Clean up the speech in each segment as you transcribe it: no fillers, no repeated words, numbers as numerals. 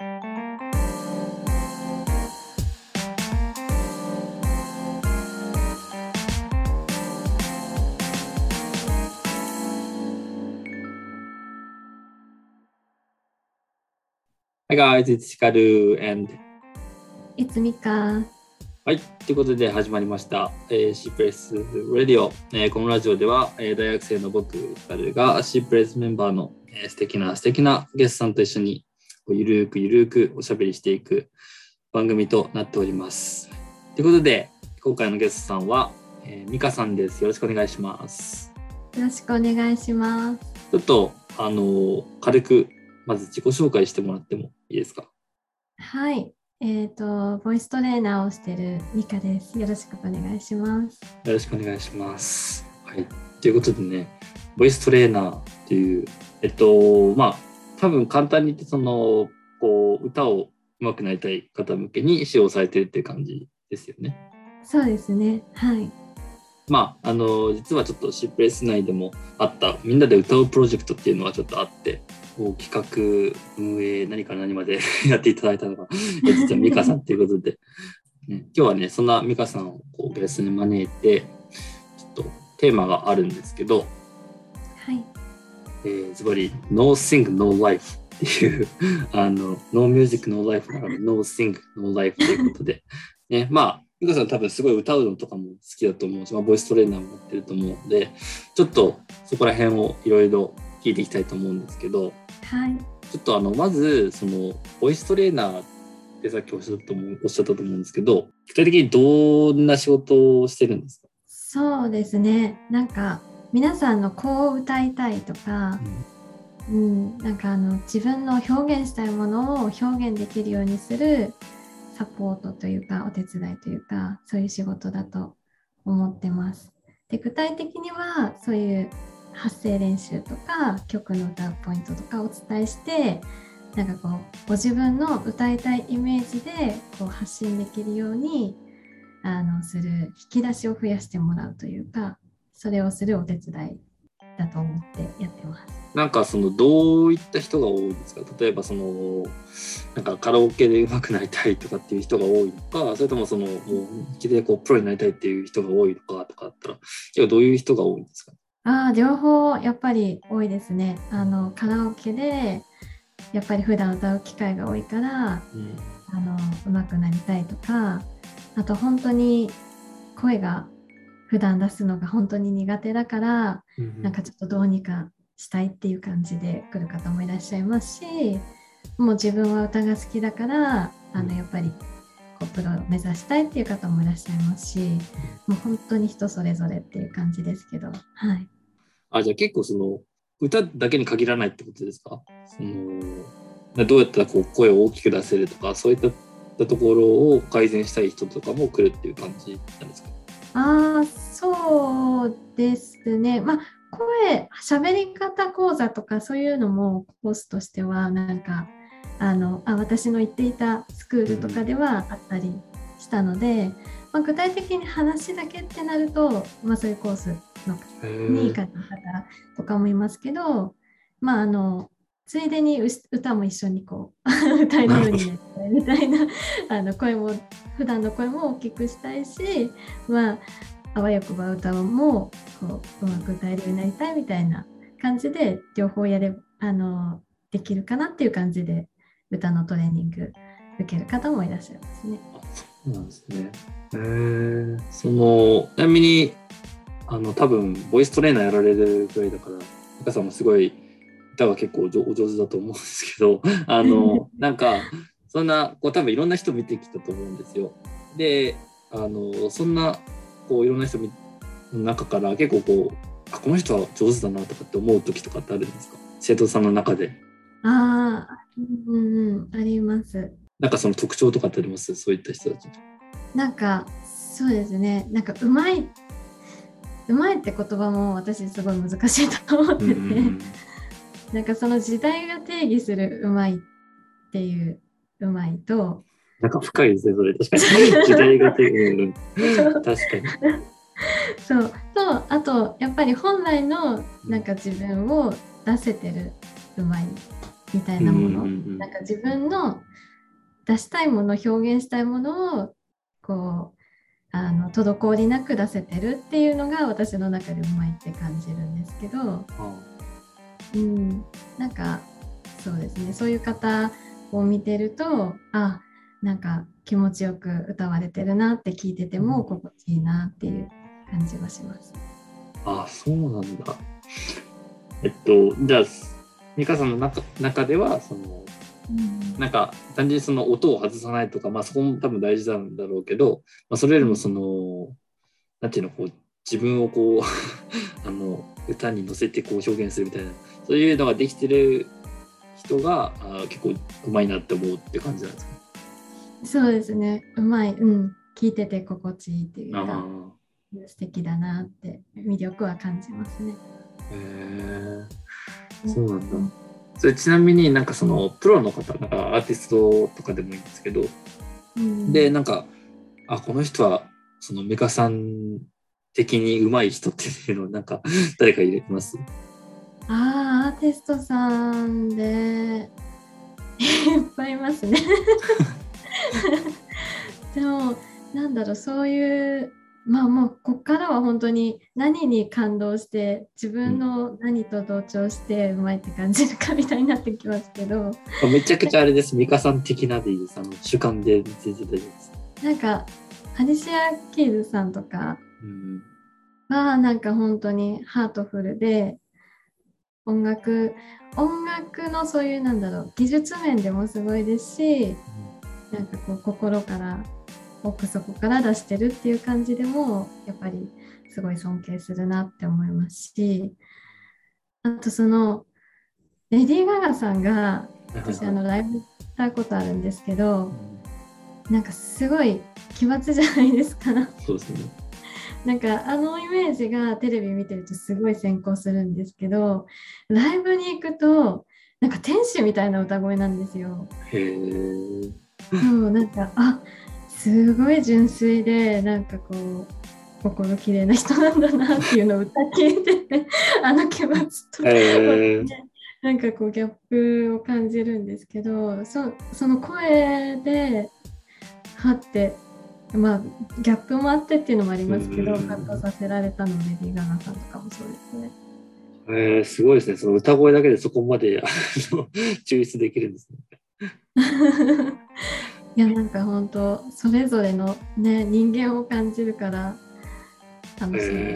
Hi guys, it's Hikaru and It's Mika。 はい、ということで始まりました、C プレスラジオ、このラジオでは、大学生の僕Hikaruが C プレスメンバーの、素敵なゲストさんと一緒にゆるーくおしゃべりしていく番組となっております。ということで今回のゲストさんは、ミカさんです。よろしくお願いします。 よろしくお願いします。 ちょっと軽くまず自己紹介してもらってもいいですか？ はい、ボイストレーナーをしているミカです。よろしくお願いします。 よろしくお願いします。はい、ということでね、ボイストレーナーっていう多分簡単に言って歌を上手くなりたい方向けに使用されてるっていう感じですよね。 そうですね。はい。 実はちょっとCプレス内でもあったみんなで歌うプロジェクトっていうのがちょっとあって、企画運営何から何までやっていただいたのが実はミカさんということで、今日はねそんなミカさんをゲストに招いてちょっとテーマがあるんですけど、 はい、 ズバリ No Sing No Life っていうNo Music No Life なら No Sing No Life ということでね、ミカさん多分すごい歌うのとかも好きだと思うし、ボイストレーナーもやってると思うので、ちょっとそこら辺をいろいろ聞いていきたいと思うんですけど、 はい、 ちょっとまずそのボイストレーナーってさっきおっしゃったと思うんですけど、具体的にどんな仕事をしてるんですか？ そうですね。なんか皆さんのこう歌いたいとか、なんか自分の表現したいものを表現できるようにするサポートというかお手伝いというか、そういう仕事だと思ってます。で、具体的にはそういう発声練習とか曲の歌うポイントとかお伝えして、なんかご自分の歌いたいイメージで発信できるようにする引き出しを増やしてもらうというか、それをするお手伝いだと思ってやってます。 なんかどういった人が多いですか？例えばなんかカラオケで上手くなりたいとかっていう人が多いのか、それとももういきなりプロになりたいっていう人が多いのかとかだったら、どういう人が多いんですか？ 両方やっぱり多いですね。カラオケでやっぱり普段歌う機会が多いから、上手くなりたいとか、あと本当に声が普段出すのが本当に苦手だから、なんかちょっとどうにかしたいっていう感じで来る方もいらっしゃいますし、もう自分は歌が好きだからやっぱりプロを目指したいっていう方もいらっしゃいますし、もう本当に人それぞれっていう感じですけど、はい。 じゃあ結構歌だけに限らないってことですか？どうやったら声を大きく出せるとか、そういったところを改善したい人とかも来るっていう感じなんですか？ そうですね。喋り方講座とかそういうのもコースとしてはなんか私の行っていたスクールとかではあったりしたので、具体的に話だけってなると、そういうコースに行かれる方とかもいますけど、ついでに歌も一緒に歌えるようになりたいみたいな声も普段の声も大きくしたいし、あわよくば歌もうまく歌えるようになりたいみたいな感じで両方できるかなっていう感じで歌のトレーニング受ける方もいらっしゃいますね。 そうなんですね。ちなみに多分ボイストレーナーやられるぐらいだから、ミカさんもすごい歌が結構お上手だと思うんですけど、なんかそんな多分いろんな人見てきたと思うんですよ。で、そんないろんな人の中から結構この人は上手だなとかって思う時とかってあるんですか？生徒さんの中で。 あります。 なんかその特徴とかってあります？そういった人たち。 なんかそうですね。なんかうまいって言葉も私すごい難しいと思ってて、なんかその時代が定義するうまいっていううまいと、 なんか深いですねそれ。確かに時代が定義確かにそうと、あとやっぱり本来のなんか自分を出せてるうまいっみたいなもの、 うんうんうん、 なんか自分の出したいもの、表現したいものをこう滞りなく出せてるっていうのが私の中でうまいって感じるんですけど、うん、なんかそうですね、そういう方を見てると、あ、なんか気持ちよく歌われてるなって聞いてても心地いいなっていう感じはします。 あ、そうなんだ。じゃあ、美香さんの中では、なんか単純にその音を外さないとか、まあそこも多分大事なんだろうけど、まあ、それよりもなんていうの、こう、自分をこう歌に乗せてこう表現するみたいな、そういうのができてる人が結構うまいなって思うって感じなんですか？ そうですね、うまい、うん、聞いてて心地いいっていうか、 あ素敵だなって魅力は感じますね。 あ、へえ、そうなんだ。それちなみになんかプロの方、なんかアーティストとかでもいいんですけど、 うん、 で、なんか、この人はメカさん的に上手い人っていうのをなんか誰か入れてます？ アーティストさんでいっぱいいますね。でも、なんだろう、そういう、まあもう、こっからは本当に何に感動して、自分の何と同調してうまいって感じるかみたいになってきますけど、 めちゃくちゃあれです。ミカさん的なでいいです。主観で全然大丈夫です。 なんか、アリシア・キーズさんとかうん、 は、なんか本当にハートフルで、音楽、音楽のそういう、なんだろう、技術面でもすごいですし、なんかこう、心から奥底から出してるっていう感じでもやっぱりすごい尊敬するなって思いますし、あとレディー・ガガさんが私ライブ行ったことあるんですけど、なんかすごい奇抜じゃないですか。 そうですね。 なんかイメージがテレビ見てるとすごい先行するんですけど、ライブに行くとなんか天使みたいな歌声なんですよ。 へえ。 そう、なんかすごい純粋でなんかこう心きれいな人なんだなっていうのを歌聞いてて気持ちと、なんかこうギャップを感じるんですけど、その声ではってまあギャップもあってっていうのもありますけど、感動させられたのレディー・ガガさんとかもそうですね。 すごいですね。その歌声だけでそこまで抽出できるんですね。 いや、なんか本当それぞれのね人間を感じるから楽しいです。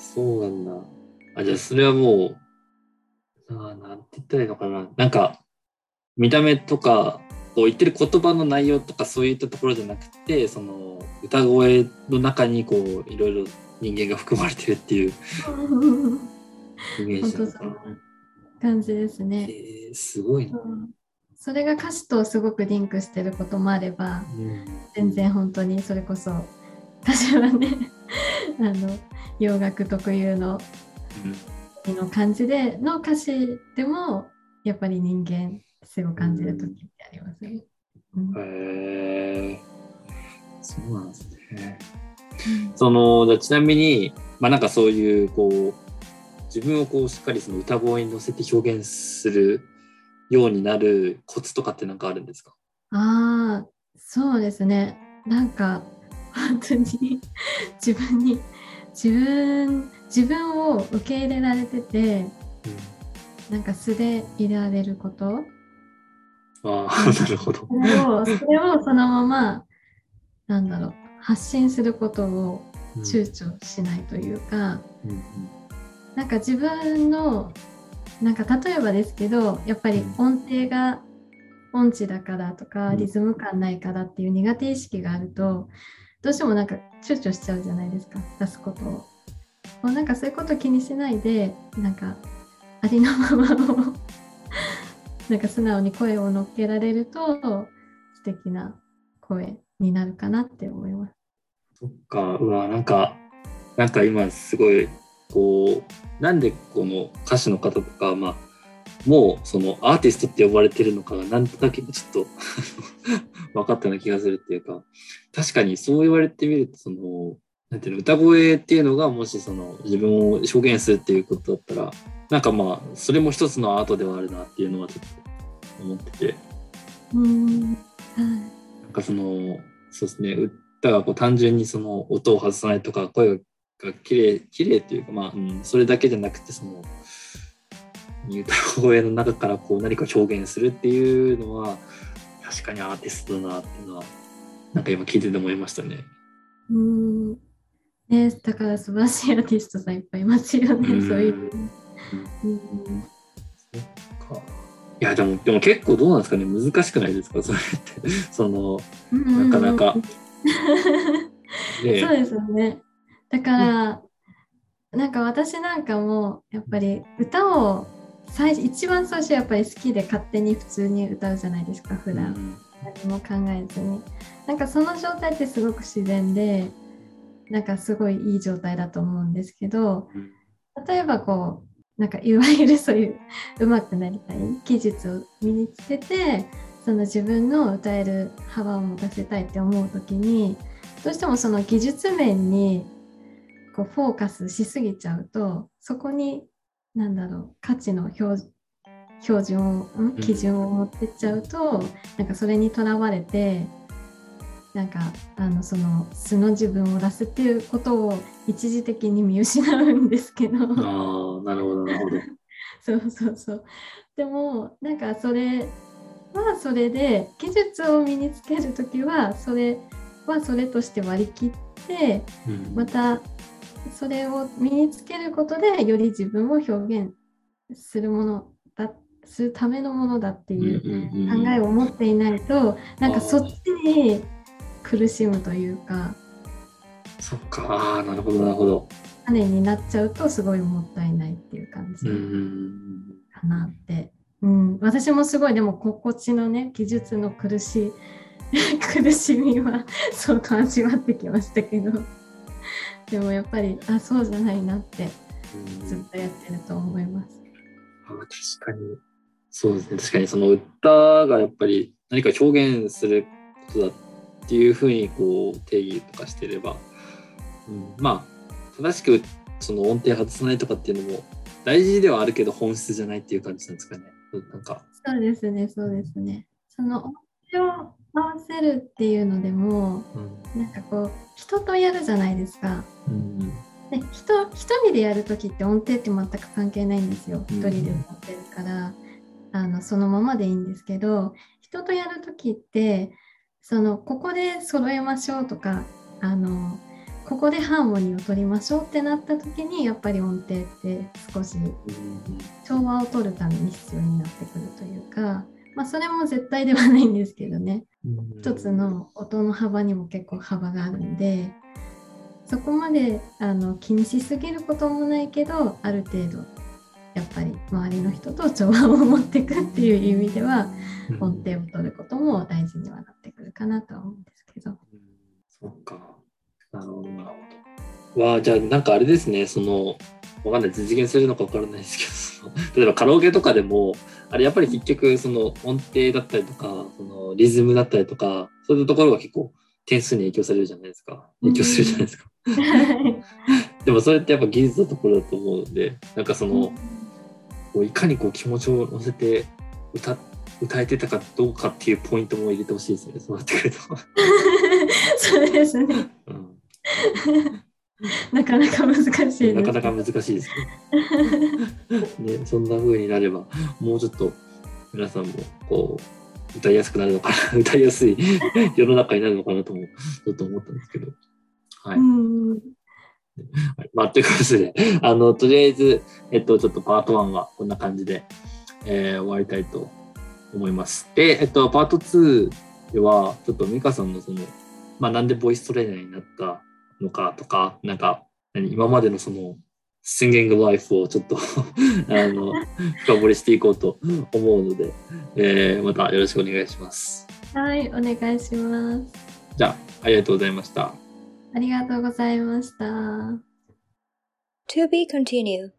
そうなんだ。じゃあそれはもう、なんて言ったらいいのかな。なんか、見た目とか、こう言ってる言葉の内容とかそういったところじゃなくて、歌声の中にこう、いろいろ人間が含まれてるっていうイメージなのかな。 本当そんな感じですね。 すごいな。 それが歌詞とすごくリンクしてることもあれば、全然本当にそれこそ歌詞はね洋楽特有の、の感じでの歌詞でもやっぱり人間すごい感じる時ってありますね。 そうなんですね。ちなみに、なんかそういうこう自分をこうしっかりその歌声に乗せて表現するようになるコツとかって何かあるんですか？ そうですね。なんか本当に自分を受け入れられてて、なんか素でいられること。 なるほど。 それをそのままなんだろう、発信することを躊躇しないというか、なんか自分のなんか例えばですけど、やっぱり音程が音痴だからとか、リズム感ないからっていう苦手意識があると、どうしてもなんか躊躇しちゃうじゃないですか、出すことを。もうなんかそういうこと気にしないで、なんかありのままをなんか素直に声を乗っけられると素敵な声になるかなって思います。 そっか、なんか今すごいこう、なんでこの歌手の方とか、もうそのアーティストって呼ばれてるのかがなんとなくちょっと分かったような気がするっていうか、確かにそう言われてみるとなんていうの、歌声っていうのがもしその自分を表現するっていうことだったら、なんかまあそれも一つのアートではあるなっていうのはちょっと思ってて、なんかそのそうですね、歌がこう単純にその音を外さないとか声が綺麗っていうか、まあ、それだけじゃなくてその歌声の中からこう何か表現するっていうのは確かにアーティストだなっていうのはなんか今聞いてて思いましたね。 ね、だから素晴らしいアーティストさんいっぱいいますよね、そういう。 そっか。いやでも結構どうなんですかね、難しくないですかそれってそのなかなか、 そうですよね。だから、なんか私なんかもやっぱり歌を一番最初やっぱり好きで勝手に普通に歌うじゃないですか、普段。何も考えずに。なんかその状態ってすごく自然で、なんかすごいいい状態だと思うんですけど、例えばこう、なんかいわゆるそういう上手くなりたい技術を身につけて、その自分の歌える幅を持たせたいって思うときに、どうしてもその技術面にこうフォーカスしすぎちゃうと、そこになんだろう、価値の標準を基準を持ってっちゃうと、なんかそれにとらわれて、なんかその素の自分を出すっていうことを一時的に見失うんですけど。 ああ、なるほどなるほど。 そう。でもなんかそれはそれで技術を身につけるときはそれとして割り切って、またそれを身につけることでより自分を表現するためのものだっていう考えを持っていないと、なんかそっちに苦しむというか。 そっか、なるほどなるほど。 種になっちゃうとすごいもったいないっていう感じかなって。私もすごいでも心地のね、技術の苦しみは相当味わってきましたけど、でもやっぱりそうじゃないなってずっとやってると思います。 確かにそうですね。確かにその歌がやっぱり何か表現することだっていうふうにこう定義とかしてれば、まあ正しくその音程外さないとかっていうのも大事ではあるけど本質じゃないっていう感じなんですかね。なんかそうですね。その音程を合わせるっていうのでも、なんかこう人とやるじゃないですか。で一人でやるときって音程って全く関係ないんですよ。一人で歌ってるから。そのままでいいんですけど、人とやるときってここで揃えましょうとかここでハーモニーを取りましょうってなったときにやっぱり音程って少し調和を取るために必要になってくるというか、それも絶対ではないんですけどね、一つの音の幅にも結構幅があるんで、そこまで気にしすぎることもないけど、ある程度やっぱり周りの人と調和を持っていくっていう意味では、音程を取ることも大事にはなってくるかなとは思うんですけど。 そっか。なるほどなるほど。じゃあなんかあれですね、わかんない、実現するのかわからないですけど、例えばカラオケとかでもあれやっぱり結局その音程だったりとかそのリズムだったりとかそういうところが結構点数に影響されるじゃないですか。影響するじゃないですか。でもそれってやっぱ技術のところだと思うので、なんかこういかにこう気持ちを乗せて歌えてたかどうかっていうポイントも入れてほしいですね。そうなってくると。 そうですね。なかなか難しいです。 なかなか難しいですね。そんな風になればもうちょっと皆さんもこう歌いやすくなるのかな、歌いやすい世の中になるのかなともちょっと思ったんですけど。はい。ということで、とりあえず、ちょっとパート1はこんな感じで、終わりたいと思います。で、パート2では、ちょっと美香さんのなんでボイストレーナーになったのかとか、なんか、今までのシンギングライフをちょっと深掘りしていこうと思うので、またよろしくお願いします。 はい、お願いします。 じゃあ、ありがとうございました。 ありがとうございました。 To be continued